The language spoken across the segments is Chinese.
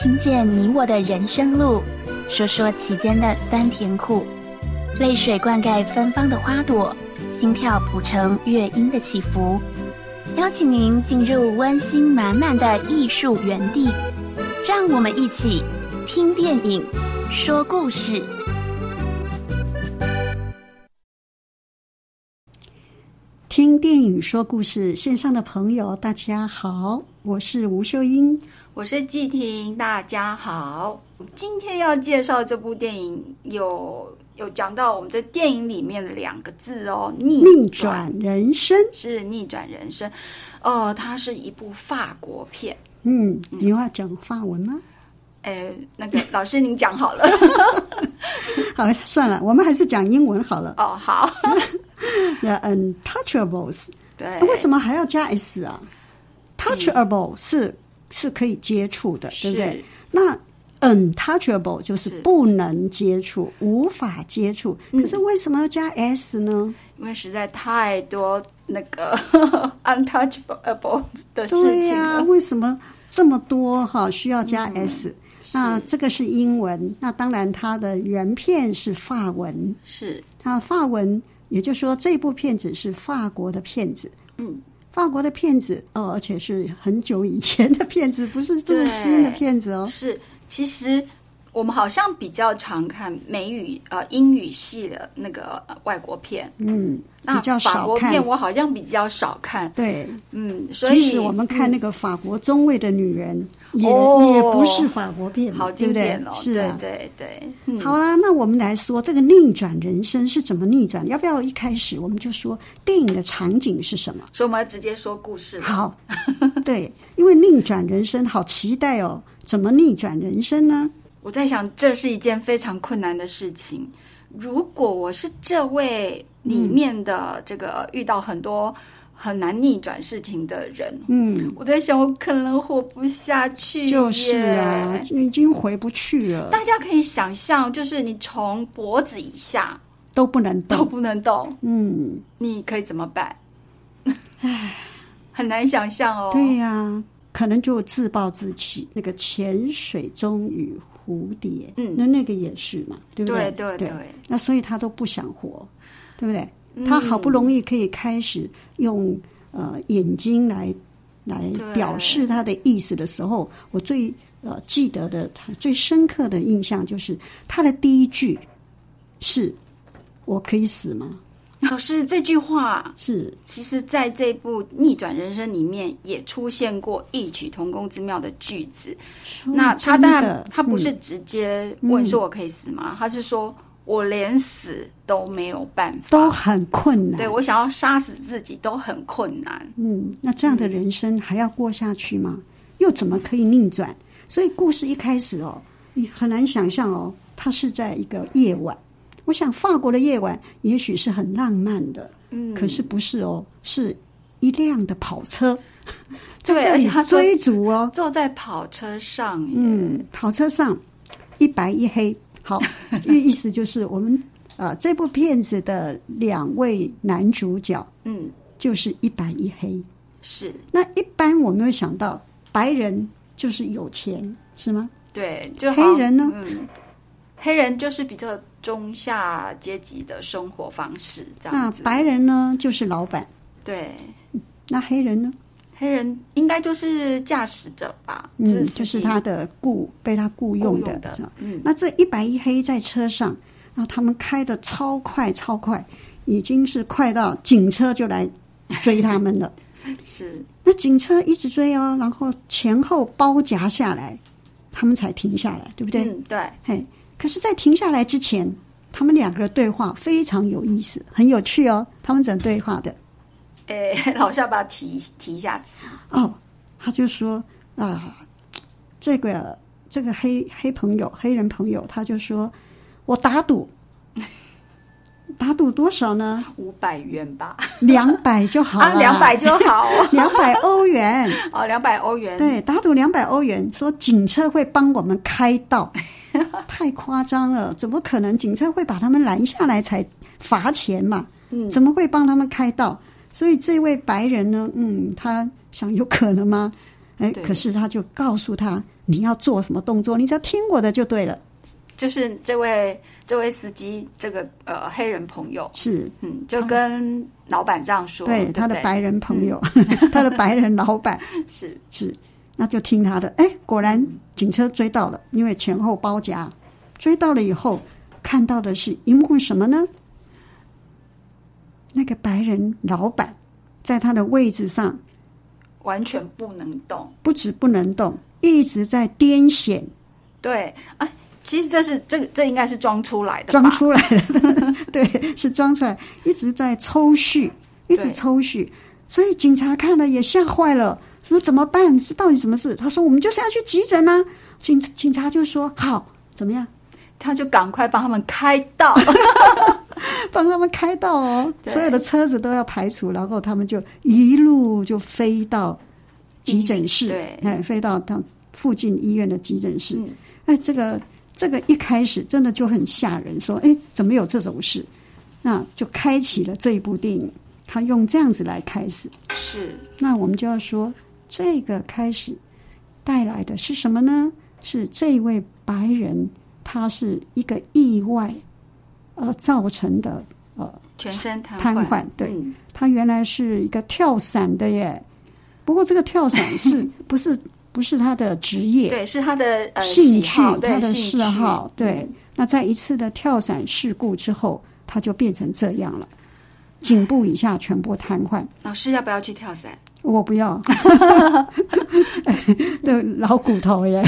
听见你我的人生路，说说其间的酸甜苦，泪水灌溉芬芳的花朵，心跳谱成乐音的起伏。邀请您进入温馨满满的艺术园地，让我们一起听电影，说故事。 听电影说故事，线上的朋友大家好，我是吴秀英， 我是季婷，大家好。今天要介绍这部电影有讲到我们在电影里面的2个字哦， 逆转人生， 是逆转人生。它是一部法国片。 你要讲法文吗？ 那个老师您讲好了。 好，算了，我们还是讲英文好了。 哦，好。 The Untouchables， 对， 为什么还要加 s 啊？Touchable 是可以接触的，对不对？那 Untouchable 就是不能接触，无法接触。可是为什么要加 s 呢？ 因为实在太多那个 untouchable 的事情了。 对呀，为什么这么多需要加 s？那这个是英文，那当然它的原片是法文， 是那法文，也就是说这部片子是法国的片子，法国的片子而且是很久以前的片子，不是这么新的片子哦。 是，其实我们好像比较常看英语系的那个外国片，那比较少看。 法国片我好像比较少看， 对， 所以即使我们看那个法国中尉的女人，也不是法国片， 好经典哦， 对不对？是啊， 对。 好啦，那我们来说这个逆转人生是怎么逆转？要不要一开始我们就说电影的场景是什么？ 所以我们要直接说故事了。 好，对，因为逆转人生好期待哦，怎么逆转人生呢？ 我在想，这是一件非常困难的事情。如果我是这位里面的这个遇到很多很难逆转事情的人，我在想，我可能活不下去。 就是啊，已经回不去了。 大家可以想象，就是你从脖子以下都不能动， 你可以怎么办？唉，很难想象哦。 对呀，可能就自暴自弃。那个潜水中与蝴蝶，那个也是嘛，对不对？ 对。 那所以他都不想活，对不对？他好不容易可以开始用眼睛来表示他的意思的时候，我最记得的，最深刻的印象就是他的第一句是“我可以死吗？” 老师，这句话是其实在这部《逆转人生》里面也出现过异曲同工之妙的句子。那他当然他不是直接问说我可以死吗？他是说我连死都没有办法， 都很困难。 对，我想要杀死自己都很困难。 那这样的人生还要过下去吗？又怎么可以逆转？所以故事一开始你很难想象它是在一个夜晚。我想法国的夜晚也许是很浪漫的，可是不是是一辆的跑车， 对，而且他追逐坐在跑车上， 跑车上一白一黑。好，意思就是我们这部片子的2位男主角，就是一白一黑。 是， 那一般我们会想到白人就是有钱，是吗？ 对，就黑人呢？ 黑人就是比较中下阶级的生活方式，这样子。 那白人呢，就是老板。 对， 那黑人呢？ 黑人应该就是驾驶者吧， 就是他的被他雇佣的。那这一白一黑在车上，然后他们开得超快，已经是快到警车就来追他们了。 是， 那警车一直追然后前后包夹下来，他们才停下来，对不对？ 对。 可是在停下来之前，他们2个的对话非常有意思，很有趣他们怎么对话的？ 老师要不要提一下词？ 他就说这个黑人朋友，他就说我打赌多少呢 ？500元吧 ，200就好了 ，200就好 ，200欧元 ，200欧元， 对，打赌200欧元，说警车会帮我们开道，太夸张了，怎么可能？警车会把他们拦下来才罚钱嘛，怎么会帮他们开道？所以这位白人呢，他想有可能吗？可是他就告诉他你要做什么动作，你只要听我的就对了。 就是这位司机，这个黑人朋友是， 就跟老板这样说， 对， 对他的白人朋友，他的白人老板是， 那就听他的。果然警车追到了，因为前后包夹，追到了以后，看到的是一幕什么呢？那个白人老板在他的位置上完全不能动， 不止不能动，一直在癫痫。 对啊。其实这应该是装出来的吧， 装出来的，对，是装出来，一直在抽搐，一直抽搐，所以警察看了也吓坏了，说怎么办？这到底什么事？他说我们就是要去急诊啊。警察就说好，怎么样？ 他就赶快帮他们开道， 帮他们开道哦，所有的车子都要排除，然后他们就一路就飞到急诊室， 对， 飞到附近医院的急诊室。这个一开始真的就很吓人，说怎么有这种事？那就开启了这一部电影，他用这样子来开始。 是， 那我们就要说，这个开始带来的是什么呢？是这位白人，他是一个意外造成的全身瘫痪。对，他原来是一个跳伞的耶，不过这个跳伞是不是他的职业， 对，是他的兴趣， 他的嗜好。对，那在一次的跳伞事故之后，他就变成这样了，颈部以下全部瘫痪。 老师要不要去跳伞？ 我不要，对，老骨头耶。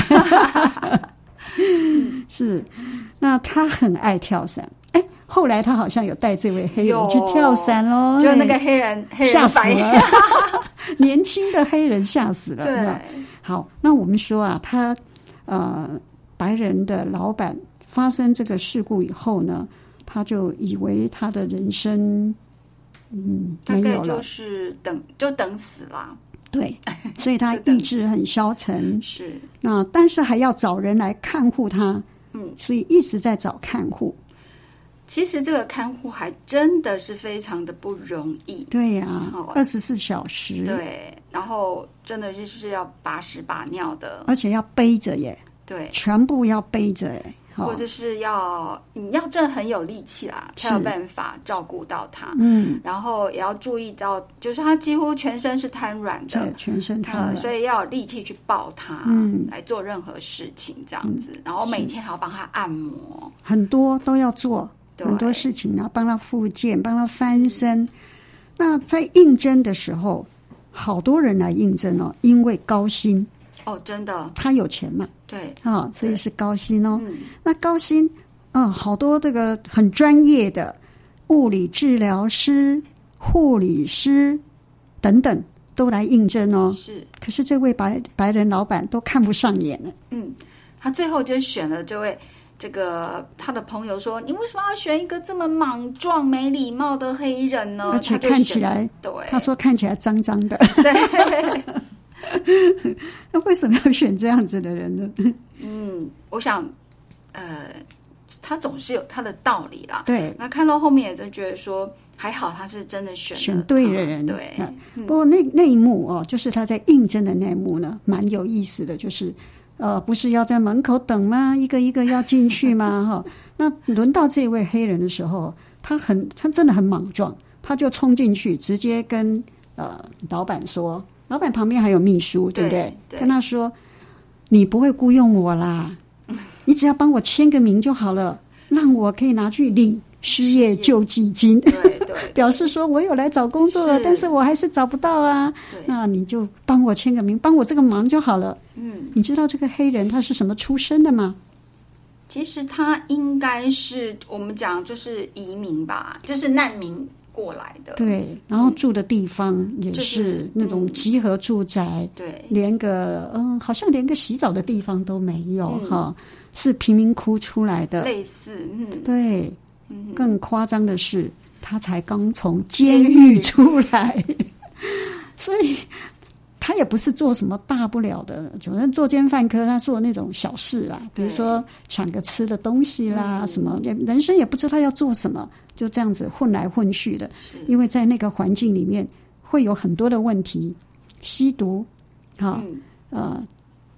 是，那他很爱跳伞。后来他好像有带这位黑人去跳伞咯， 就那个黑人吓死了，年轻的黑人吓死了。 对， 好，那我们说啊，他白人的老板发生这个事故以后呢，他就以为他的人生大概没有了， 就是等死啦。 对，所以他意志很消沉。 是， 那但是还要找人来看护他，所以一直在找看护。 其实这个看护还真的是非常的不容易。 对呀，24小时。 对，然后真的就是要把屎把尿的， 而且要背着耶。 对， 全部要背着耶。 或者是你要真的很有力气啦，才有办法照顾到他。然后也要注意到，就是他几乎全身是瘫软的， 对，全身瘫软， 所以要有力气去抱他，来做任何事情这样子。然后每天还要帮他按摩， 很多都要做，很多事情，然后帮他复健，帮他翻身。那在应征的时候，好多人来应征哦，因为高薪。 真的， 他有钱嘛？ 对， 所以是高薪哦。那高薪，好多这个很专业的物理治疗师、护理师等等都来应征哦。 是， 可是这位白人老板都看不上眼了。 他最后就选了这位他的朋友说：“你为什么要选一个这么莽撞、没礼貌的黑人呢？ 而且看起来， 对， 他说看起来脏脏的。” 对。 那为什么要选这样子的人呢？ 我想，他总是有他的道理啦。 对， 那看到后面也就觉得说，还好他是真的选对的人。 对， 不过那一幕就是他在应征的那一幕呢，蛮有意思的，就是不是要在门口等吗？一个一个要进去吗？那轮到这位黑人的时候，他真的很莽撞，他就冲进去，直接跟老板说。老板旁边还有秘书，对不对？跟他说：“你不会雇佣我啦，你只要帮我签个名就好了，让我可以拿去领失业救济金。” 对， 表示说我有来找工作了，但是我还是找不到啊。那你就帮我签个名，帮我这个忙就好了。你知道这个黑人他是什么出身的吗？ 其实他应该是我们讲就是移民吧，就是难民。过来的， 对，然后住的地方也是那种集合住宅， 对， 连个好像连个洗澡的地方都没有是贫民窟出来的， 类似， 对，更夸张的是，他才刚从监狱出来，所以他也不是做什么大不了的，反正作奸犯科，他做那种小事啦，比如说抢个吃的东西啦，什么人生也不知道要做什么。就这样子混来混去的，因为在那个环境里面会有很多的问题，吸毒，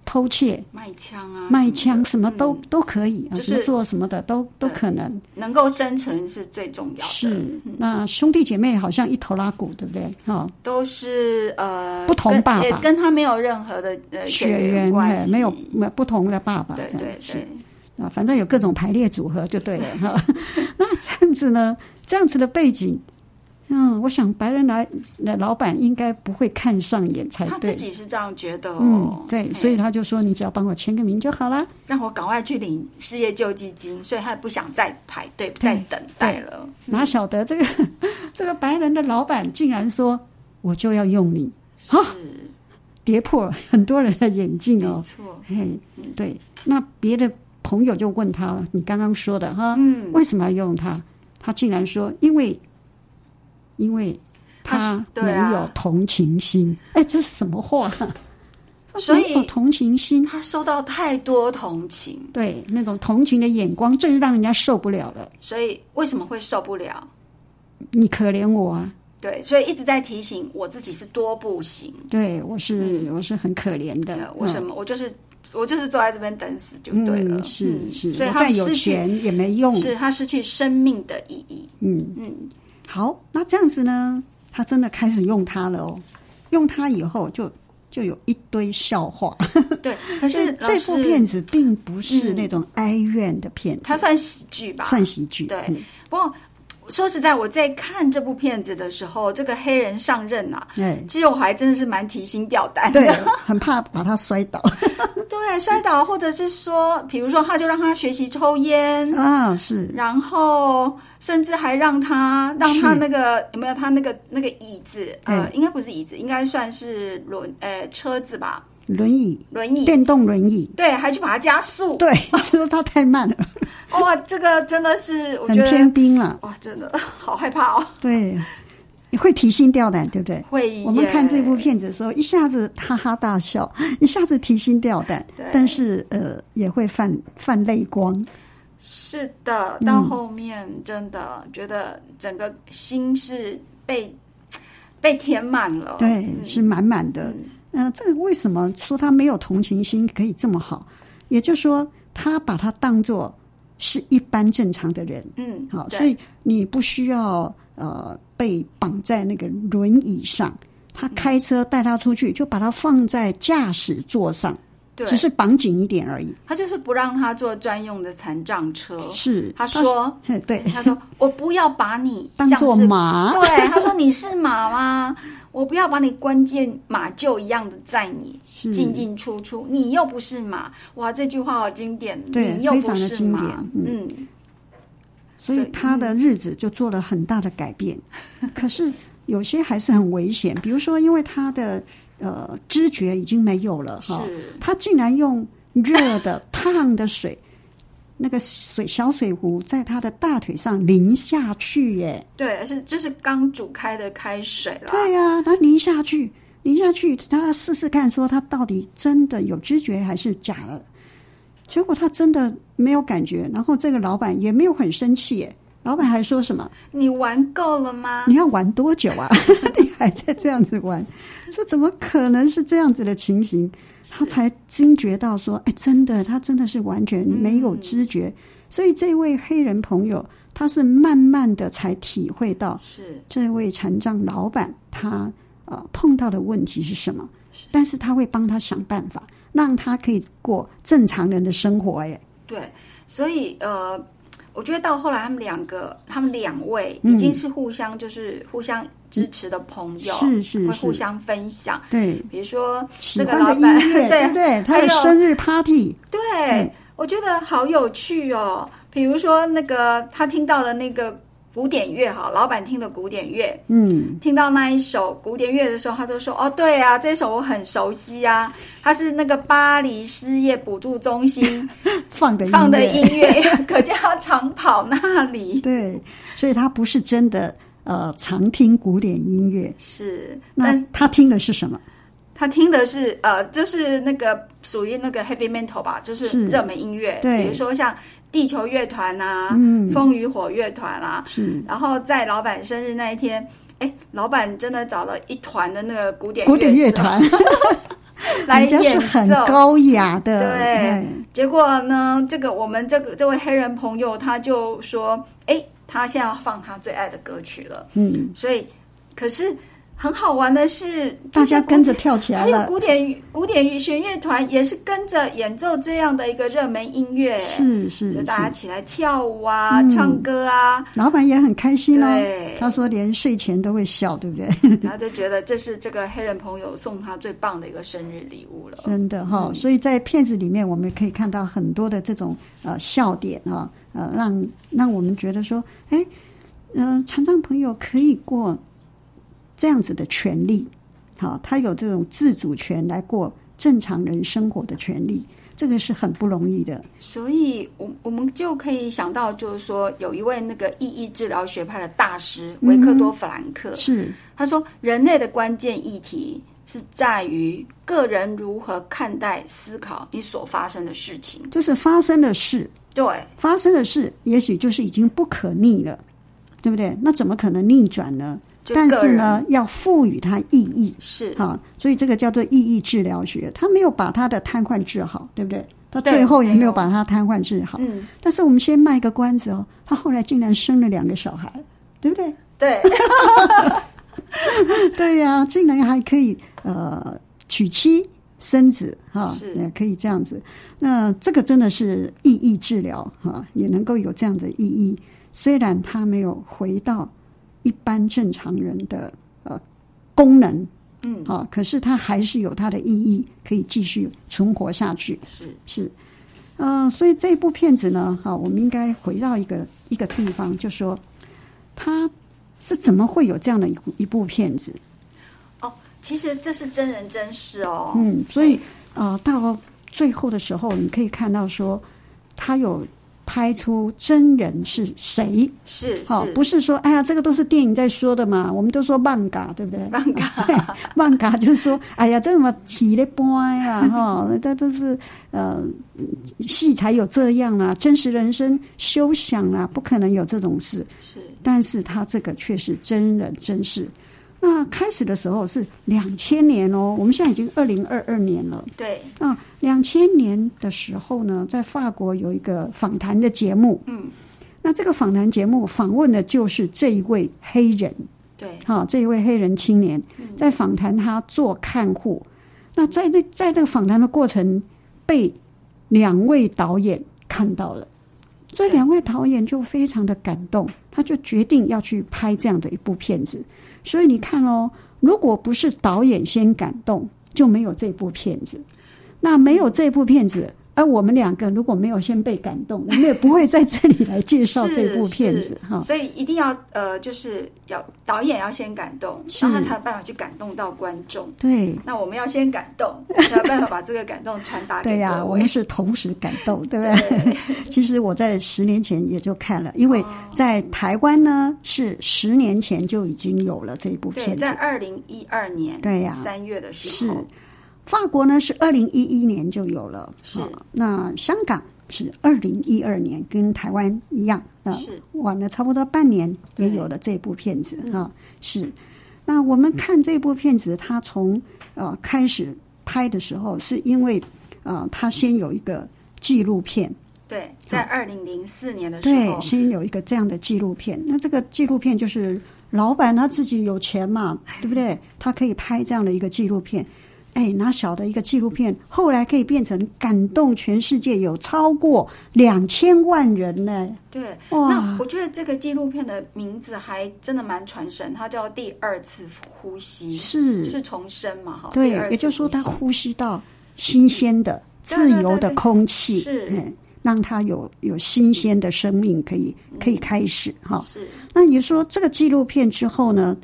偷窃、 卖枪啊、 卖枪什么都可以， 就是做什么的都可能。 能够生存是最重要的。 是，那兄弟姐妹好像一头拉骨，对不对？ 都是不同爸爸， 跟他没有任何的血缘关系，没有不同的爸爸， 对对对。 反正有各种排列组合就对了哈。那这样子呢？这样子的背景。我想白人的老板应该不会看上眼才对。 他自己是这样觉得哦。 对，所以他就说：“你只要帮我签个名就好了， 让我赶快去领失业救济金。”所以他也不想再排队、再等待了。 哪晓得这个白人的老板竟然说：“我就要用你。”是跌破很多人的眼镜哦。 没错。 对。那别的朋友就问他了：“你刚刚说的哈，为什么要用他？”他竟然说：“因为他没有同情心。”这是什么话？ 所以没有同情心， 他受到太多同情， 对，那种同情的眼光，真让人家受不了了。 所以为什么会受不了？ 你可怜我啊！ 对，所以一直在提醒我自己是多不行。 对，我是很可怜的。 我就是坐在这边等死就对了。 是， 所以他再有钱也没用， 是他失去生命的意义。 好，那这样子呢，他真的开始用它了哦。用它以后就有一堆笑话。 对，可是这部片子并不是那种哀怨的片子， 它算喜剧吧？ 算喜剧。 对，不过说实在，我在看这部片子的时候，这个黑人上任啊，其实我还真的是蛮提心吊胆的， 对，很怕把他摔倒。 对，摔倒，或者是说，比如说，他就让他学习抽烟啊，是， 然后甚至还让他那个有没有他那个椅子，应该不是椅子，应该算是车子吧。 轮椅，电动轮椅， 对，还去把它加速， 对，说它太慢了。 哇，这个真的是我觉得很天兵了， 哇，真的好害怕哦。 对，会提心吊胆，对不对？ 会。 我们看这部片子的时候，一下子哈哈大笑，一下子提心吊胆，但是也会泛泪光。 是的，到后面真的觉得整个心是被填满了， 对，是满满的。这个为什么说他没有同情心可以这么好？也就是说，他把他当作是一般正常的人，好，所以你不需要被绑在那个轮椅上，他开车带他出去，就把他放在驾驶座上，只是绑紧一点而已。 他就是不让他坐专用的残障车， 是他说， 对， 他说我不要把你当作马， 对，他说你是马吗？我不要把你关进马厩一样的载你进进出出，你又不是马。哇，这句话好经典， 对， 你又不是马， 非常的经典。所以他的日子就做了很大的改变。可是有些还是很危险，比如说，因为他的知觉已经没有了哈，他竟然用热的烫的水。那个小水壶在他的大腿上淋下去耶， 对，就是刚煮开的开水啦。 对呀，他淋下去，他试试看，说他到底真的有知觉还是假的。结果他真的没有感觉，然后这个老板也没有很生气耶。老板还说什么？ 你玩够了吗？ 你要玩多久啊？你还在这样子玩？说怎么可能是这样子的情形？他才惊觉到说，真的，他真的是完全没有知觉。所以这位黑人朋友，他是慢慢的才体会到，是这位残障老板他碰到的问题是什么，但是他会帮他想办法，让他可以过正常人的生活。 对，所以我觉得到后来他们两位已经是互相支持的朋友， 是会互相分享。 对， 比如说这个老板， 对，他的生日 party， 对，我觉得好有趣哦。比如说那个他听到的那个古典乐，老板听的古典乐，听到那一首古典乐的时候，他就说：“哦，对啊，这首我很熟悉啊，它是那个巴黎失业补助中心放的音乐，可见他常跑那里。” 对，所以他不是真的常听古典音乐， 是。 那他听的是什么？ 他听的是就是那个属于那个 heavy metal 吧，就是热门音乐， 对， 比如说像地球乐团啊，风与火乐团啊， 是。 然后在老板生日那一天，老板真的找了一团的那个古典乐团， 来演奏， 人家是很高雅的。 对，结果呢，我们这位黑人朋友他就说，他现在要放他最爱的歌曲了。所以可是很好玩的是， 大家跟着跳起来了。 还有古典弦乐团也是跟着演奏这样的一个热门音乐， 是， 就大家起来跳舞啊，唱歌啊。 老板也很开心哦，他说连睡前都会笑，对不对？ 然后就觉得这是这个黑人朋友送他最棒的一个生日礼物了。 真的哈，所以在片子里面我们可以看到很多的这种笑点啊，让我们觉得说，残障朋友可以过这样子的权利，好，他有这种自主权来过正常人生活的权利，这个是很不容易的。 所以我们就可以想到，就是说有一位那个意义治疗学派的大师维克多·弗兰克， 是他说，人类的关键议题是在于个人如何看待、思考你所发生的事情， 就是发生的事， 对， 发生的事，也许就是已经不可逆了，对不对？那怎么可能逆转呢？但是呢，要赋予它意义， 是啊，所以这个叫做意义治疗学。他没有把他的瘫痪治好，对不对？他最后也没有把他瘫痪治好。但是我们先卖个关子哦，他后来竟然生了2个小孩，对不对？ 对， 对呀，竟然还可以娶妻生子哈，也可以这样子。那这个真的是意义治疗哈，也能够有这样的意义。虽然他没有回到一般正常人的功能，可是它还是有它的意义，可以继续存活下去。是，所以这部片子呢，我们应该回到一个地方，就说它是怎么会有这样的一部片子？ 其实这是真人真事哦。 所以到最后的时候，你可以看到说，他有拍出真人是谁， 是不是说哎呀这个都是电影在说的嘛，我们都说漫画，对不对？漫画就是说哎呀这么起咧搬啊这都是戏才有这样啊，真实人生休想啊，不可能有这种事。但是他这个却是真人真事。那开始的时候是2000年哦，我们现在已经2022年了。 对 ，2000年的时候呢，在法国有一个访谈的节目。那这个访谈节目访问的就是这一位黑人。 对， 这一位黑人青年在访谈他做看护。那在这个访谈的过程，被2位导演看到了。这2位导演就非常的感动，他就决定要去拍这样的一部片子。所以你看哦，如果不是导演先感动，就没有这部片子。那没有这部片子，而我们2个如果没有先被感动，我们也不会在这里来介绍这部片子哈。 所以一定要就是要导演要先感动，然后他才有办法去感动到观众。 对， 那我们要先感动，才有办法把这个感动传达给各位。 对呀，我们是同时感动，对不对？其实我在10年前也就看了，因为在台湾呢是10年前就已经有了这部片子， 在2012年对呀 3月的时候。 是法国呢是2011年就有了，那香港是2012年，跟台湾一样，晚了差不多半年也有了这部片子是。那我们看这部片子，它从开始拍的时候，是因为它先有一个纪录片。 对，在2004年的时候， 对，先有一个这样的纪录片。那这个纪录片就是老板他自己有钱嘛，对不对？他可以拍这样的一个纪录片。哪小的一个纪录片，后来可以变成感动全世界，有超过2000万人呢。 对，那我觉得这个纪录片的名字还真的蛮传神，它叫《第2次呼吸》，就是重生嘛，哈。 对，也就是说他呼吸到新鲜的、自由的空气， 是， 让他有新鲜的生命可以开始哈。是。那你说这个纪录片之后呢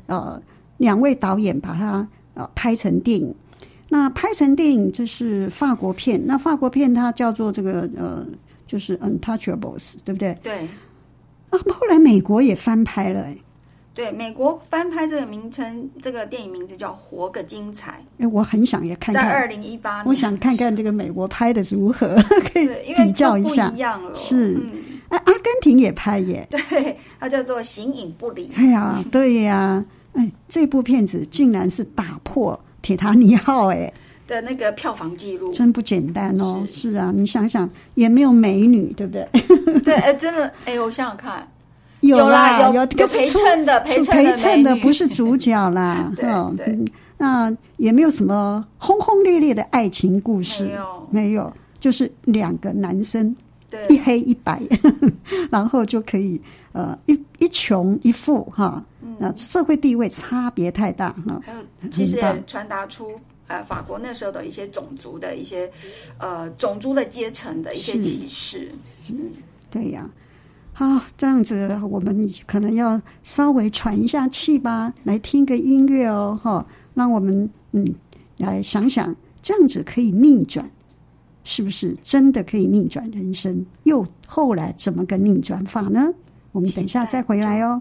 ？2位导演把它拍成电影。那拍成电影，这是法国片。那法国片它叫做这个就是 Untouchables， 对不对？ 对。 后来美国也翻拍了。 对，美国翻拍这个名称，这个电影名字叫《活个精彩》。 我很想也看看。 在2018年， 我想看看这个美国拍的如何，可以比较一下。 不一样了。 是。阿根廷也拍耶。 对，它叫做《形影不离》。 哎呀，对呀，这部片子竟然是打破铁达尼号。 的那个票房记录， 真不简单哦。是啊，你想想，也没有美女，对不对？ 对，真的，我想想看， 有啦， 有陪衬的，陪衬的不是主角啦。 对， 那也没有什么轰轰烈烈的爱情故事，没有，就是2个男生，一黑一白，然后就可以一穷一富哈，社会地位差别太大哈。 还有，其实也传达出法国那时候的一些种族的一些种族的阶层的一些歧视。 对呀。好，这样子我们可能要稍微喘一下气吧，来听个音乐哦，哈，让我们来想想，这样子可以逆转，是不是真的可以逆转人生？又后来怎么个逆转法呢？我们等一下再回来哦。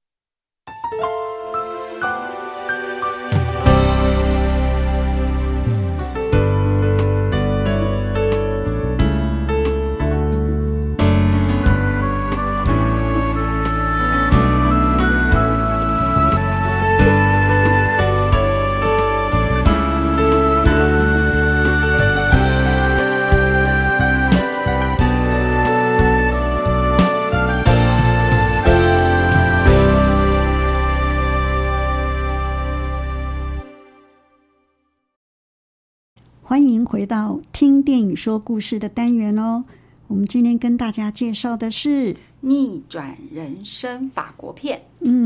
欢迎回到听电影说故事的单元哦。我们今天跟大家介绍的是逆转人生法国片。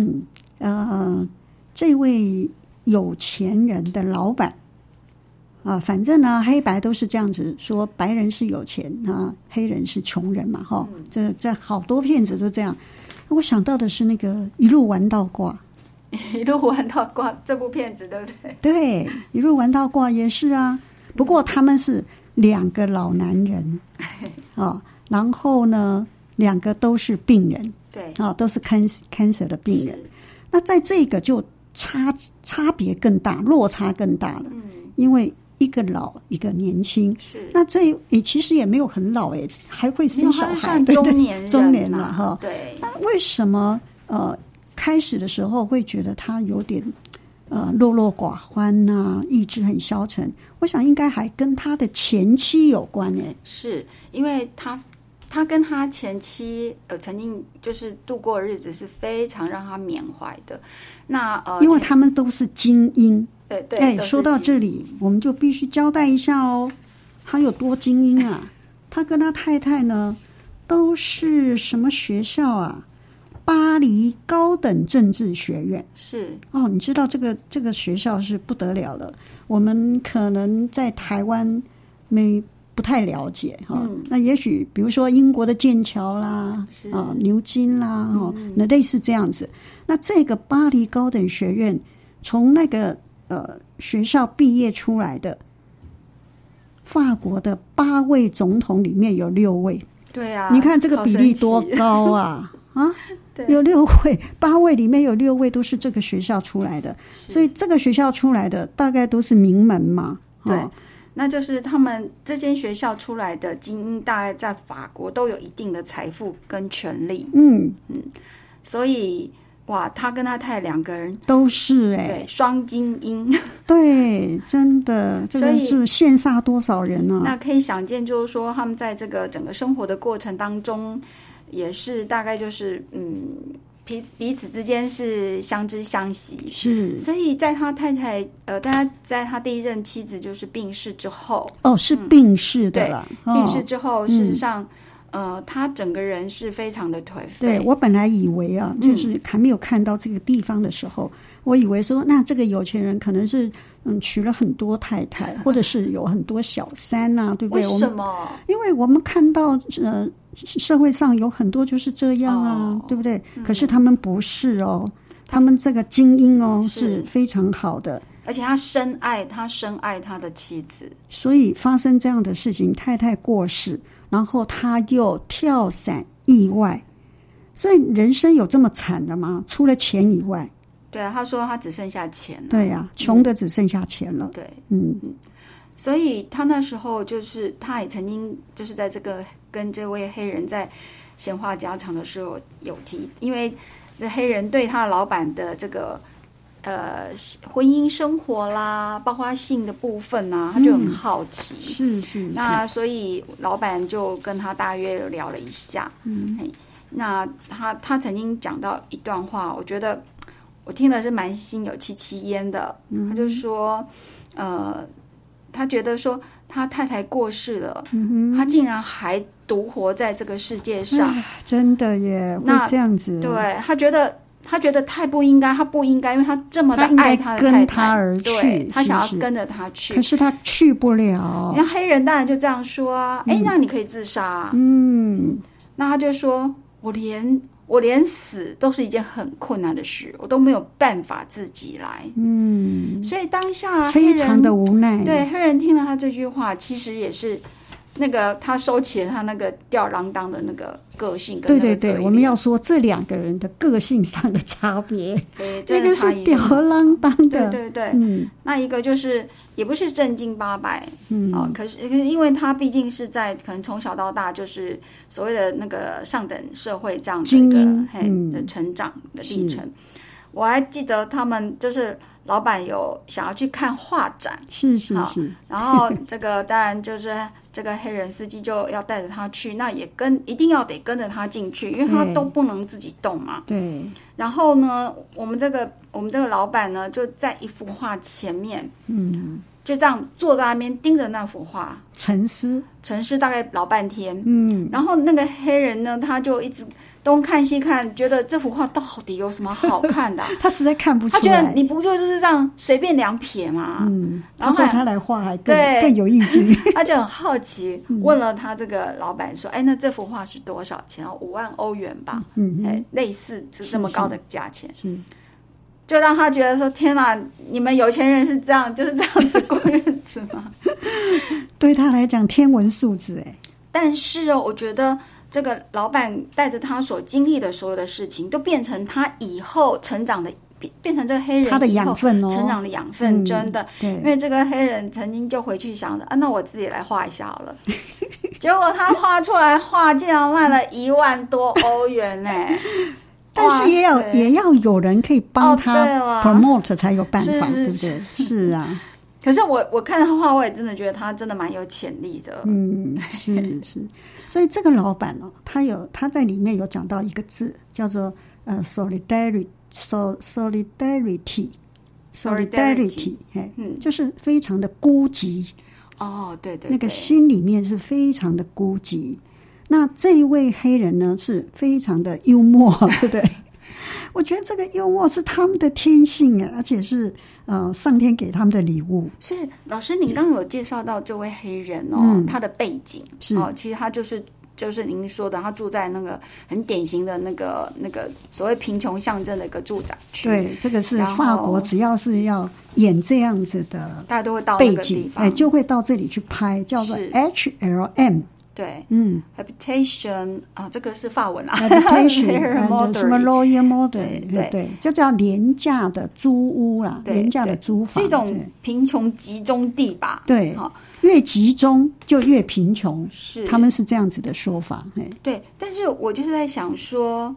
这位有钱人的老板反正呢黑白都是这样子说，白人是有钱黑人是穷人嘛哈。这好多片子都这样。我想到的是那个一路玩到挂。 一路玩到挂这部片子对不对？ 对，一路玩到挂也是啊。不过他们是2个老男人然后呢2个都是病人， 对都是 cancer 的病人。那在这个就差别更大，落差更大了。因为一个老一个年轻， 是那这其实也没有很老还会生小孩， 对中年人中年了哈。 对， 那为什么开始的时候会觉得他有点落落寡欢意志很消沉？我想应该还跟他的前妻有关是因为他跟他前妻曾经就是度过的日子是非常让他缅怀的。那因为他们都是精英。 对， 说到这里我们就必须交代一下哦，他有多精英啊。他跟他太太呢都是什么学校啊？巴黎高等政治学院。 是你知道这个学校是不得了了，我们可能在台湾不太了解那也许比如说英国的剑桥啦牛津啦那类似这样子。那这个巴黎高等学院从那个学校毕业出来的法国的8位总统里面有6位。 对啊， 你看这个比例多高啊有6位，8位里面有6位都是这个学校出来的，所以这个学校出来的大概都是名门嘛。 对，那就是他们这间学校出来的精英，大概在法国都有一定的财富跟权力。所以哇，他跟他太太2个人都是对双精英。 对，真的，这个是羡煞多少人啊！ 那可以想见，就是说他们在这个整个生活的过程当中，也是大概就是彼此之间是相知相惜。是，所以在他太太大家在他第一任妻子就是病逝之后， 是病逝的了。 病逝之后，事实上他整个人是非常的颓废。 对，我本来以为就是还没有看到这个地方的时候，我以为说那这个有钱人可能是娶了很多太太，或者是有很多小三对不对？ 为什么？ 因为我们看到社会上有很多就是这样对不对？可是他们不是他们这个精英是非常好的， 而且他深爱他的妻子， 所以发生这样的事情，太太过世，然后他又跳伞意外，所以人生有这么惨的吗？除了钱以外。 对啊，他说他只剩下钱了。 对啊，穷的只剩下钱了。 对，所以他那时候就是他也曾经就是在这个跟这位黑人在闲话家常的时候有提，因为这黑人对他老板的这个婚姻生活啦，包括性的部分啊，他就很好奇。 是。 那所以老板就跟他大约聊了一下。那他曾经讲到一段话，我觉得我听的是蛮心有戚戚焉的。他就说，他觉得说他太太过世了，他竟然还独活在这个世界上， 真的耶，会这样子。 对，他觉得太不应该，他不应该，因为他这么的爱他的太太， 跟他而去， 对，他想要跟着他去， 可是他去不了。 那黑人当然就这样说啊，那你可以自杀啊。那他就说，我连死都是一件很困难的事，我都没有办法自己来。所以当下非常的无奈。 对，黑人听了他这句话，其实也是那个他收起了他那个吊儿郎当的那个个性跟那个嘴脸。 对，我们要说这两个人的个性上的差别。 对， 这个是吊儿郎当的。 对。那一个就是也不是正经八百。可是因为他毕竟是在可能从小到大就是所谓的那个上等社会这样的一个的成长的历程。我还记得他们就是老板有想要去看画展， 是， 然后这个当然就是这个黑人司机就要带着他去，那也一定要得跟着他进去，因为他都不能自己动嘛。 对。 然后呢，我们这个老板呢，就在一幅画前面，就这样坐在那边盯着那幅画，沉思大概老半天。然后那个黑人呢，他就一直东看西看，觉得这幅画到底有什么好看的他实在看不出来， 他觉得你不就是这样随便两撇吗？ 然后他说他来画还更有意境。 他就很好奇，问了他这个老板说，那这幅画是多少钱？5万欧元吧。类似这么高的价钱。是。就让他觉得说，天哪，你们有钱人是这样，就是这样子过日子吗？ 对他来讲天文数字。 但是我觉得这个老板带着他所经历的所有的事情，都变成他以后成长的，变成这个黑人他的养分成长的养分。真的。 对， 因为这个黑人曾经就回去想着，那我自己来画一下好了。结果他画出来画竟然卖了1万多欧元但是也要有人可以帮他 promote 才有办法，对不对？是啊。 可是我看他画，我也真的觉得他真的蛮有潜力的。 是。所以这个老板他在里面有讲到一个字，叫做solidarity，就是非常的孤寂。 对， 那个心里面是非常的孤寂。那这一位黑人呢，是非常的幽默，对不对？我觉得这个幽默是他们的天性，而且是上天给他们的礼物。 所以老师，您刚刚有介绍到这位黑人他的背景其实他就是您说的，他住在那个很典型的那个所谓贫穷象征的一个住宅区。 对，这个是法国，只要是要演这样子的， 大家都会到那个地方， 就会到这里去拍，叫做 HLM。 对，habitation 这个是法文 habitation 什么 royal model， 对，就叫廉价的租屋啦，廉价的租房， 是一种贫穷集中地吧？ 对，越集中就越贫穷， 是他们是这样子的说法。 对，但是我就是在想说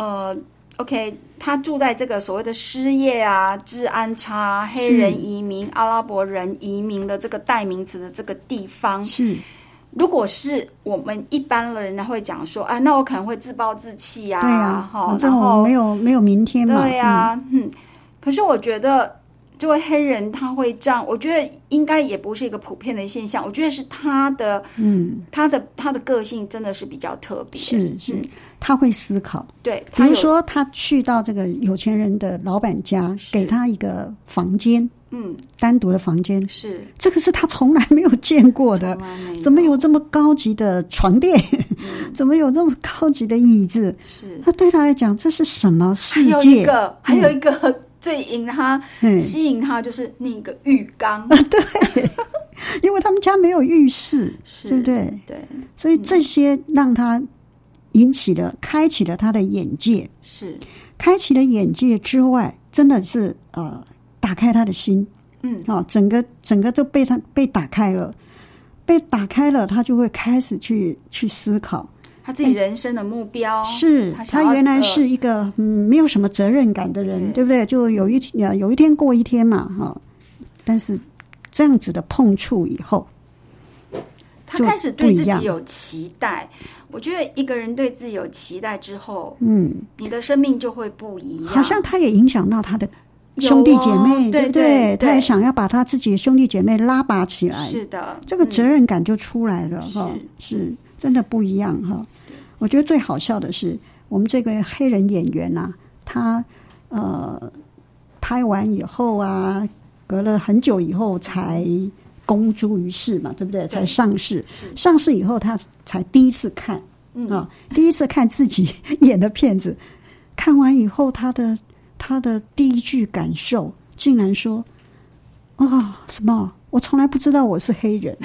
，OK， 他住在这个所谓的失业啊、治安差、黑人移民、阿拉伯人移民的这个代名词的这个地方是。 如果是我们一般的人会讲说，那我可能会自暴自弃啊， 对啊，然后没有明天嘛， 对啊，可是我觉得这位黑人他会这样，我觉得应该也不是一个普遍的现象，我觉得是他的个性真的是比较特别， 是，他会思考， 对， 比如说他去到这个有钱人的老板家，给他一个房间。单独的房间，是这个是他从来没有见过的，怎么有这么高级的床垫？怎么有这么高级的椅子？是那对他来讲，这是什么世界？ 还有一个最吸引他就是那个浴缸， 对，因为他们家没有浴室，对不对？对，所以这些让他开启了他的眼界，是开启了眼界之外，真的是打开他的心，整个就被打开了，他就会开始去思考， 他自己人生的目标， 是他原来是一个没有什么责任感的人，对不对？就有一天过一天嘛，但是这样子的碰触以后， 他开始对自己有期待。我觉得一个人对自己有期待之后，你的生命就会不一样。 好像他也影响到他的兄弟姐妹，对不对？他也想要把他自己的兄弟姐妹拉拔起来， 是的， 这个责任感就出来了哈，是真的不一样哈。我觉得最好笑的是，我们这个黑人演员啊，他拍完以后啊，隔了很久以后才公诸于世嘛，对不对？才上市，上市以后他才第一次看第一次看自己演的片子，看完以后他的第一句感受竟然说什么我从来不知道我是黑人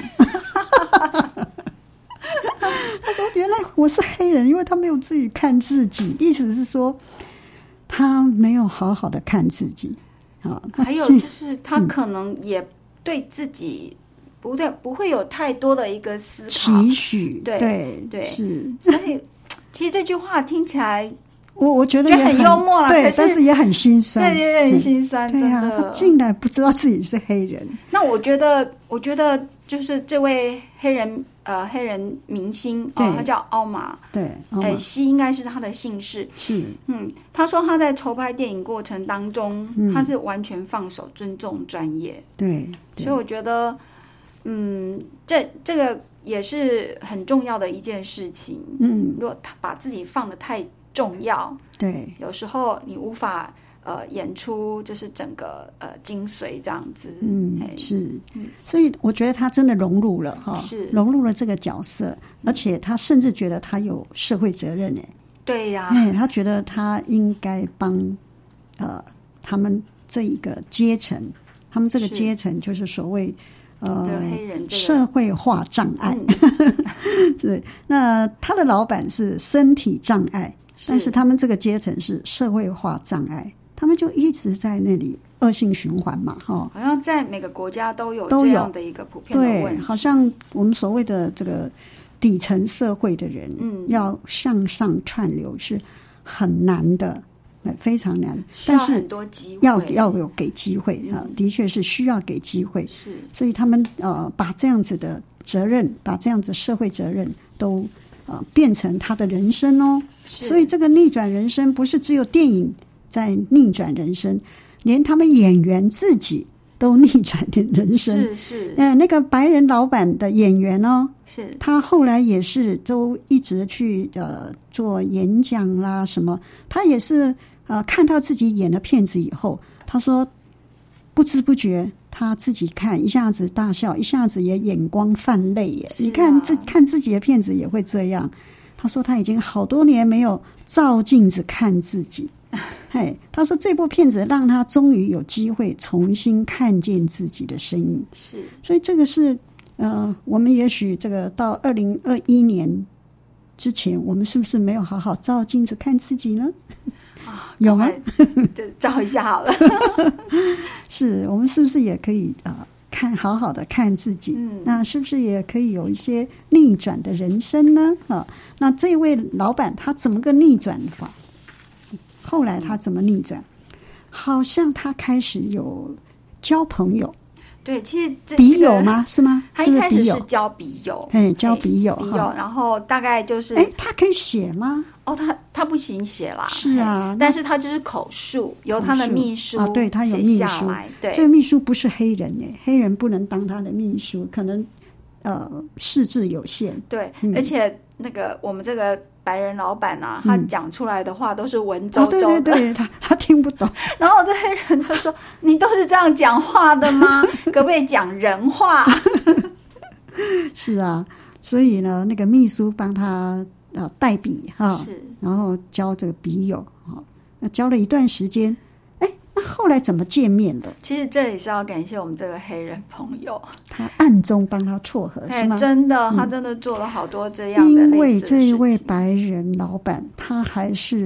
他说原来我是黑人，因为他没有自己看自己，意思是说他没有好好的看自己还有就是他可能也对自己不会有太多的一个思考期许， 对是， 所以其实这句话听起来我觉得也很幽默啦， 对，但是也很心酸， 对，也很心酸， 对啊，他竟然不知道自己是黑人。 那我觉得就是这位黑人明星他叫奥马， 对， 西应该是他的姓氏， 是， 他说他在筹拍电影过程当中，他是完全放手，尊重专业， 对， 所以我觉得，这个也是很重要的一件事情。如果他把自己放得太重要，对，有时候你无法演出就是整个精髓这样子。 是，所以我觉得他真的融入了融入了这个角色，而且他甚至觉得他有社会责任对呀， 他觉得他应该帮他们这一个阶层，他们这个阶层就是所谓黑人社会化障碍。对，那他的老板是身体障碍，但是他们这个阶层是社会化障碍，他们就一直在那里恶性循环嘛， 好像在每个国家都有这样的一个普遍的问题。 对，好像我们所谓的这个底层社会的人，要向上串流是很难的，非常难，但是很多机会要有给机会的确是需要给机会。是，所以他们把这样子的责任，把这样子社会责任都变成他的人生哦。所以这个逆转人生不是只有电影在逆转人生，连他们演员自己都逆转的人生。是那个白人老板的演员是他后来也是都一直去做演讲啦什么，他也是看到自己演的片子以后，他说不知不觉他自己看一下子大笑，一下子也眼光泛泪耶。你看看自己的片子也会这样。他说他已经好多年没有照镜子看自己。他说这部片子让他终于有机会重新看见自己的身影。是，所以这个是我们也许这个到2021年之前，我们是不是没有好好照镜子看自己呢？有吗？ 照一下好了。 是，我们是不是也可以好好的看自己？那是不是也可以有一些逆转的人生呢？那这位老板他怎么个逆转法？后来他怎么逆转？好像他开始有交朋友。 对，其实笔友吗？是吗？ 他一开始是交笔友， 交笔友， 然后大概就是他可以写吗？ 他不行写啦， 是啊， 但是他就是口述，由他的秘书对，他有秘书。 对， 这个秘书不是黑人黑人不能当他的秘书，可能识字有限。 对，而且那个我们这个白人老板啊，他讲出来的话都是文绉绉的， 对，他听不懂。 然后这黑人就说：“你都是这样讲话的吗？可不可以讲人话？” 是啊，所以呢，那个秘书帮他代笔然后交这个笔友那交了一段时间，那后来怎么见面的？ 其实这也是要感谢我们这个黑人朋友， 他暗中帮他撮合，是吗？ 真的，他真的做了好多这样的类似的事情。 因为这一位白人老板，他还是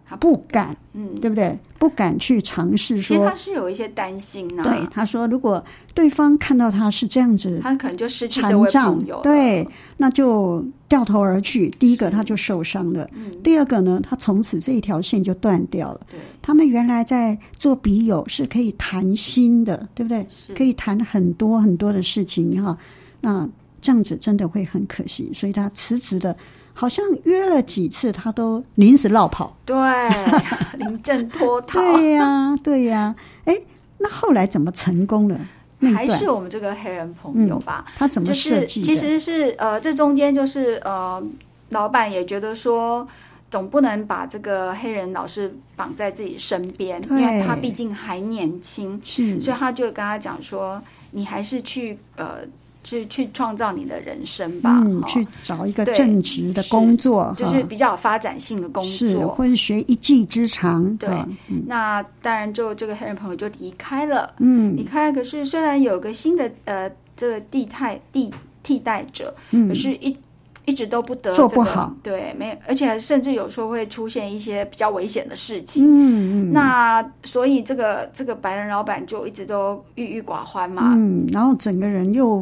不敢，对不对？不敢去尝试说， 其实他是有一些担心啊。 对，他说如果对方看到他是这样子， 他可能就失去这位朋友了， 对，那就掉头而去。第一个他就受伤了，第二个呢，他从此这一条线就断掉了。 对， 他们原来在做笔友是可以谈心的，对不对？可以谈很多很多的事情哈。那这样子真的会很可惜，所以他辞职的。好像约了几次，他都临时落跑， 对，临阵脱逃。 对呀，哎，那后来怎么成功了？ 还是我们这个黑人朋友吧， 他怎么设计的？ 其实是这中间就是老板也觉得说，总不能把这个黑人老是绑在自己身边，因为他毕竟还年轻， 是， 所以他就跟他讲说，你还是去创造你的人生吧， 去找一个正职的工作， 就是比较有发展性的工作， 是，或者学一技之长。 对，那当然就这个黑人朋友就离开了，离开了。可是虽然有个新的这个替代者，可是一直都不得做不好， 对，没有，而且甚至有时候会出现一些比较危险的事情。那所以这个白人老板就一直都郁郁寡欢嘛。 然后整个人又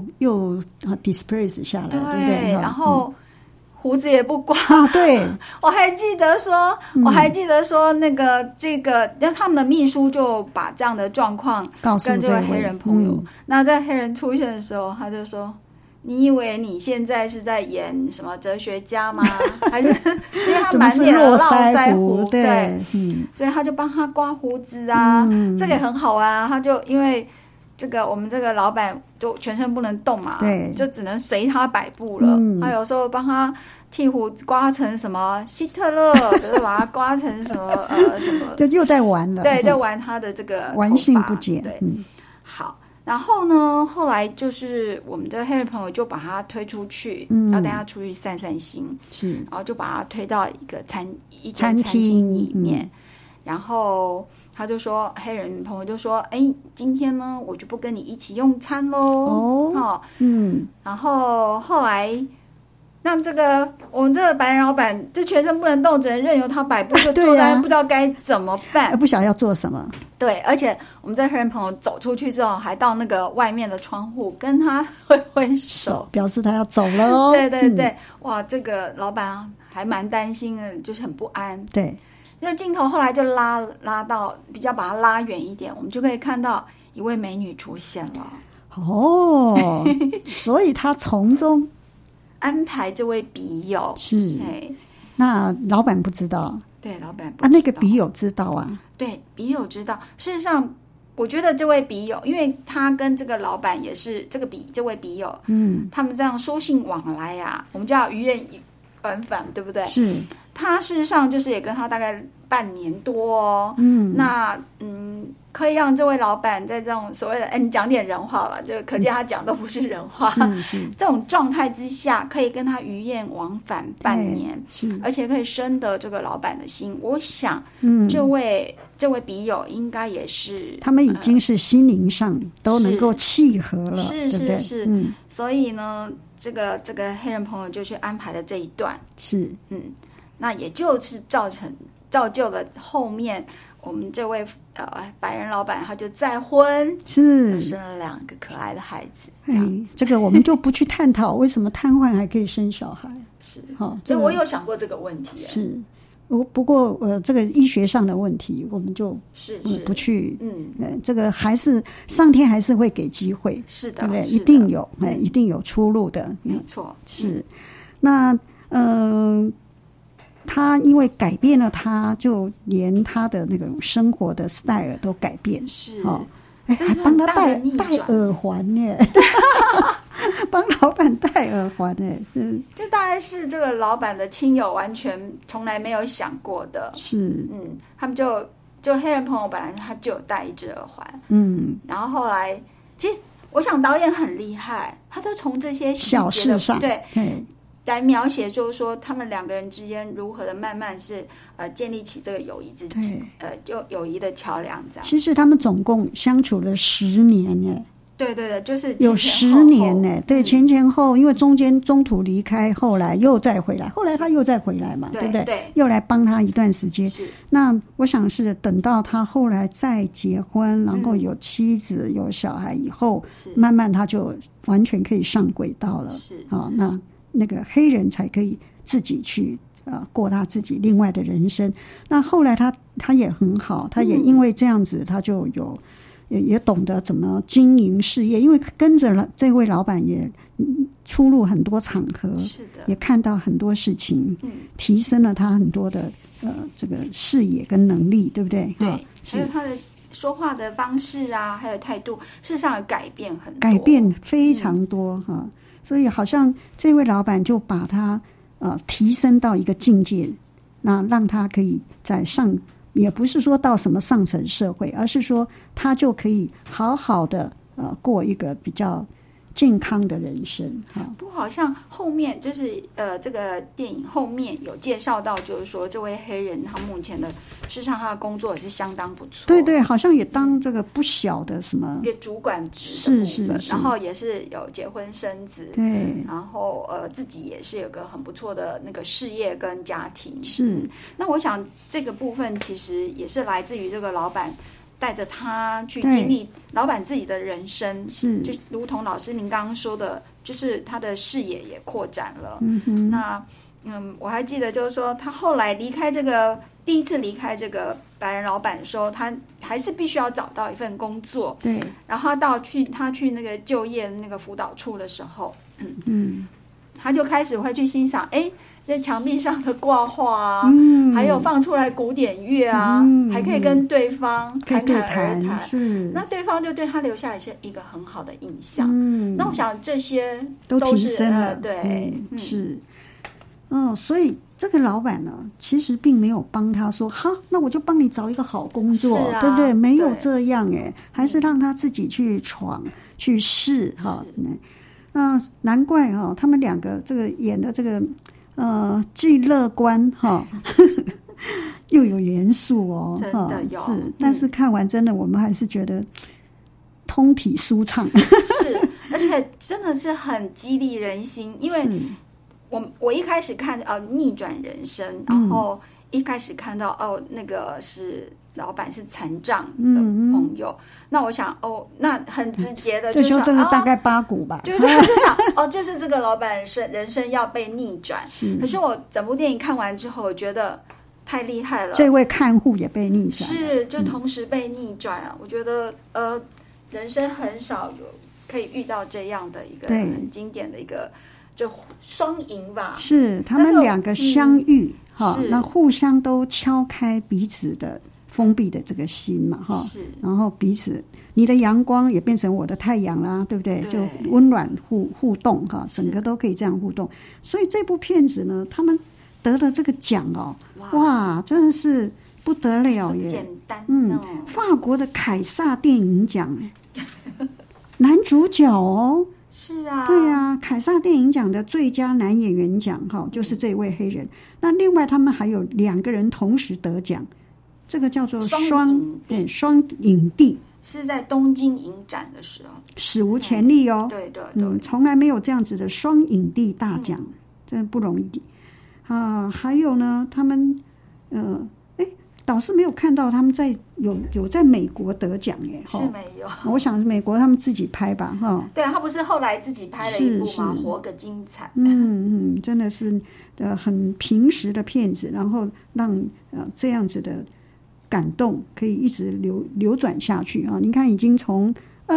disperse 下来，对不对？ 然后胡子也不刮。 对， 我还记得说那个让他们的秘书就把这样的状况告诉跟这位黑人朋友。那在黑人出现的时候，他就说，你以为你现在是在演什么哲学家吗？还是因为他满脸的络腮胡，对，所以他就帮他刮胡子啊，这个也很好啊。他就因为我们这个老板就全身不能动嘛， 对， 就只能随他摆布了。他有时候帮他剃胡子刮成什么希特勒，就是把它刮成什么什么， 就又在玩了， 对，就玩他的这个玩性不减， 对，好。然后呢，后来就是我们的黑人朋友就把他推出去，要带他出去散散心， 是， 然后就把他推到一间餐厅里面，然后他就说，黑人朋友就说，哎，今天呢，我就不跟你一起用餐喽，然后后来。那我们这个白人老板就全身不能动，只能任由他摆布，就坐在不知道该怎么办， 不晓得要做什么。 对，而且我们这黑人朋友走出去之后，还到那个外面的窗户跟他挥挥手， 表示他要走了哦。 对，哇，这个老板还蛮担心的，就是很不安。 对， 因为镜头后来就拉到比较把它拉远一点，我们就可以看到一位美女出现了。 哦，所以他从中安排这位笔友是，那老板不知道， 对，老板不知道， 那个笔友知道啊， 对，笔友知道。事实上，我觉得这位笔友，因为他跟这个老板也是这位笔友，他们这样书信往来啊，我们叫于愿往返，对不对？ 是， 他事实上就是也跟他大概半年多哦，那可以让这位老板在这种所谓的你讲点人话吧，就可见他讲都不是人话。 是这种状态之下，可以跟他于愿往返半年，而且可以深得这个老板的心。我想，这位笔友应该也是， 他们已经是心灵上都能够契合了， 是对不对？ 是。所以呢，这个黑人朋友就去安排了这一段， 是那也就是造就了后面我们这位白人老板他就再婚， 是生了2个可爱的孩子。 这个我们就不去探讨为什么瘫痪还可以生小孩。 是， 所以我有想过这个问题。 是，不过这个医学上的问题，我们就不去。这个还是上天还是会给机会， 是的， 对不对？一定有，一定有出路的， 没错。 是，那他因为改变了他，就连他的那种生活的 style 都改变， 是还帮他戴耳环呢，帮老板戴耳环呢， 这大概是这个老板的亲友完全从来没有想过的。 是， 他们就黑人朋友本来他就有戴一只耳环，然后后来其实我想导演很厉害，他都从这些小事上对。来描写，就是说他们2个人之间如何的慢慢是建立起这个友谊之就友谊的桥梁这样。 其实他们总共相处了10年耶， 对对对，就是前前后后有10年呢，对，前前后，因为中途离开，后来又再回来，后来他又再回来嘛，对不对？ 对， 又来帮他一段时间。 是， 那我想是等到他后来再结婚，然后有妻子、有小孩以后，慢慢他就完全可以上轨道了。是啊，那个黑人才可以自己去过他自己另外的人生。那后来他也很好，他也因为这样子，他就有。也懂得怎么经营事业，因为跟着这位老板也出入很多场合，是的，也看到很多事情，提升了他很多的这个视野跟能力，对不对？ 对，还有他的说话的方式啊，还有态度，事实上有改变很多， 改变非常多哈。所以好像这位老板就把他提升到一个境界，那让他可以在也不是说到什么上层社会，而是说他就可以好好的过一个比较健康的人生。 不过好像后面就是这个电影后面有介绍到，就是说这位黑人他目前的事实上他的工作也是相当不错， 对对，好像也当这个不小的什么一个主管职的部分， 是， 然后也是有结婚生子， 对， 然后自己也是有个很不错的那个事业跟家庭。 是， 那我想这个部分其实也是来自于这个老板带着他去经历老板自己的人生， 是， 就如同老师您刚刚说的，就是他的视野也扩展了。那我还记得就是说他后来第一次离开这个白人老板的时候，他还是必须要找到一份工作。 对， 然后他去那个就业那个辅导处的时候，他就开始会去欣赏，在墙壁上的挂画啊，还有放出来古典乐啊，还可以跟对方侃侃而谈。 是， 那对方就对他留下一个很好的印象。那我想这些都提升了， 对， 是。所以这个老板呢，其实并没有帮他说，好，那我就帮你找一个好工作，对不对？没有这样还是让他自己去闯去试哈。那难怪他们两个这个演的这个既乐观又有严肃真的有是，但是看完真的我们还是觉得通体舒畅， 是，而且真的是很激励人心，因为我一开始看逆转人生，然后一开始看到那个是老板是残障的朋友，那我想那很直接的就是这个大概八股吧， 对，就想就是这个老板人生要被逆转。可是我整部电影看完之后，我觉得太厉害了， 这位看护也被逆转， 是就同时被逆转啊！我觉得人生很少有可以遇到这样的一个很经典的一个就双赢吧， 是他们两个相遇那互相都敲开彼此的封闭的这个心嘛然后彼此你的阳光也变成我的太阳啦，对不对？就温暖互动整个都可以这样互动。所以这部片子呢，他们得了这个奖哇，真的是不得了耶！ 简单法国的凯撒电影奖男主角是啊， 对啊，凯撒电影奖的最佳男演员奖就是这位黑人。那另外他们还有2个人同时得奖，这个叫做双影帝， 是在东京影展的时候， 史无前例对， 从来没有这样子的双影帝大奖，真的不容易还有呢，他们倒是没有看到他们有在美国得奖是没有。 我想美国他们自己拍吧对啊，他不是后来自己拍了一部吗？活个精彩。 真的是很平实的片子，然后让这样子的感动可以一直流转下去您看，已经从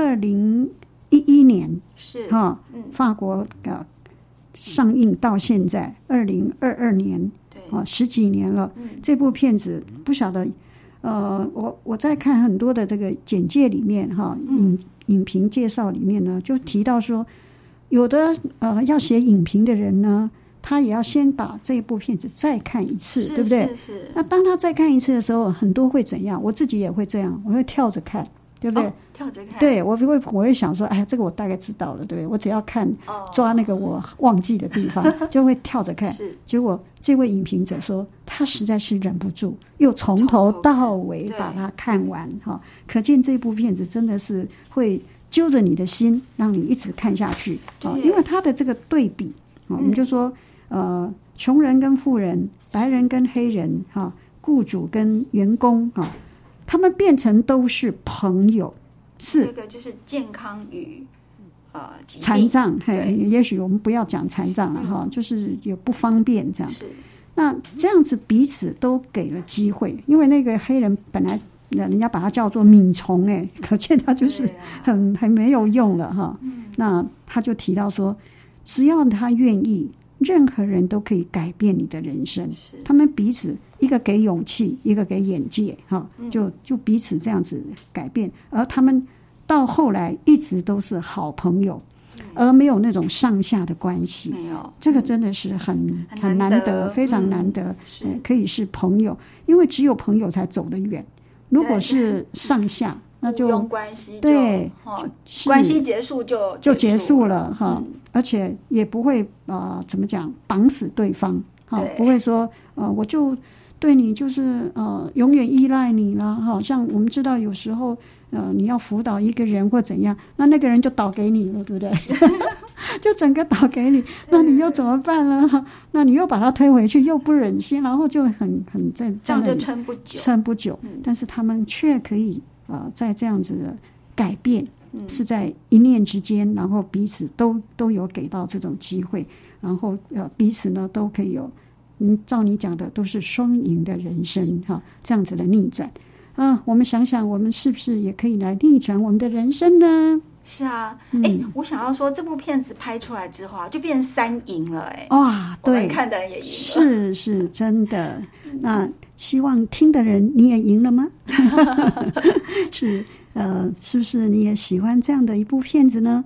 2011年是法国上映到现在2022年。10几年了，这部片子不晓得，我在看很多的这个简介里面影评介绍里面呢，就提到说，有的要写影评的人呢，他也要先把这部片子再看一次，对不对？ 是。 那当他再看一次的时候，很多会怎样？我自己也会这样，我会跳着看。对不对？ 跳着看。 对，我会想说，哎，这个我大概知道了，对不对？我只要看抓那个我忘记的地方，就会跳着看。结果这位影评者说，他实在是忍不住，又从头到尾把它看完可见这部片子真的是会揪着你的心，让你一直看下去因为他的这个对比我们就说穷人跟富人，白人跟黑人雇主跟员工他们变成都是朋友，是这个就是健康与残障，也许我们不要讲残障了就是有不方便这样。 是， 那这样子彼此都给了机会，因为那个黑人本来人家把他叫做米虫可见他就是很没有用了那他就提到说，只要他愿意，任何人都可以改变你的人生。他们彼此一个给勇气，一个给眼界就彼此这样子改变，而他们到后来一直都是好朋友，而没有那种上下的关系。 没有， 这个真的是很难得，非常难得可以是朋友，因为只有朋友才走得远。如果是上下，那就用关系对关系结束就结束了而且也不会怎么讲绑死对方不会说我就对你就是永远依赖你了像我们知道有时候你要辅导一个人或怎样，那个人就倒给你了，对不对？就整个倒给你，那你又怎么办呢？那你又把他推回去，又不忍心，然后就很在这样就撑不久但是他们却可以在这样子的改变是在一念之间，然后彼此都有给到这种机会，然后彼此呢都可以有照你讲的都是双赢的人生这样子的逆转我们想想我们是不是也可以来逆转我们的人生呢？ 是啊我想要说这部片子拍出来之后就变成3赢了哇对， 我们看的人也赢了， 是真的那希望听的人你也赢了吗？是不是你也喜欢这样的一部片子呢？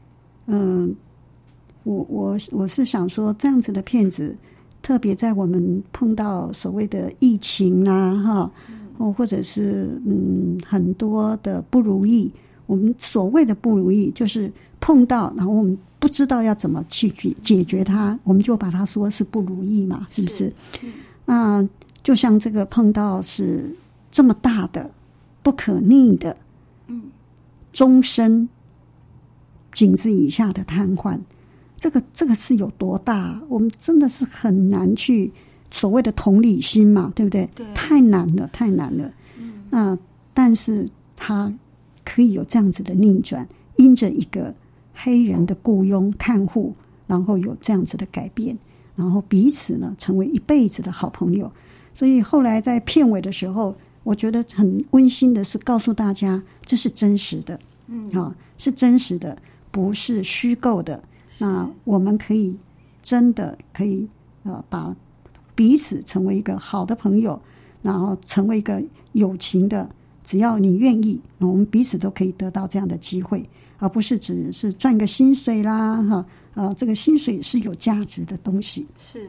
我是想说这样子的片子特别在我们碰到所谓的疫情或者是很多的不如意，我们所谓的不如意就是碰到然后我们不知道要怎么去解决它，我们就把它说是不如意嘛，是不是？那就像这个碰到是这么大的不可逆的终身颈子以下的瘫痪，这个是有多大？我们真的是很难去所谓的同理心嘛，对不对？ 对， 太难了那但是他可以有这样子的逆转，因着一个黑人的雇佣看护，然后有这样子的改变，然后彼此呢成为一辈子的好朋友。所以后来在片尾的时候，我觉得很温馨的是告诉大家这是真实的是真实的，不是虚构的。那我们可以真的可以把彼此成为一个好的朋友，然后成为一个有情的，只要你愿意我们彼此都可以得到这样的机会，而不是只是赚个薪水啦这个薪水是有价值的东西， 是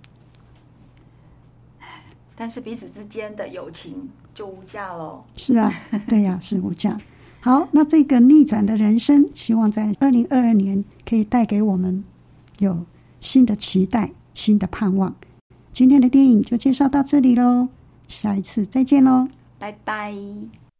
但是彼此之间的友情就无价咯。 是啊，对呀是无价。好，那这个逆转的人生希望在2022年可以带给我们有新的期待，新的盼望。今天的电影就介绍到这里咯，下一次再见咯， 拜拜。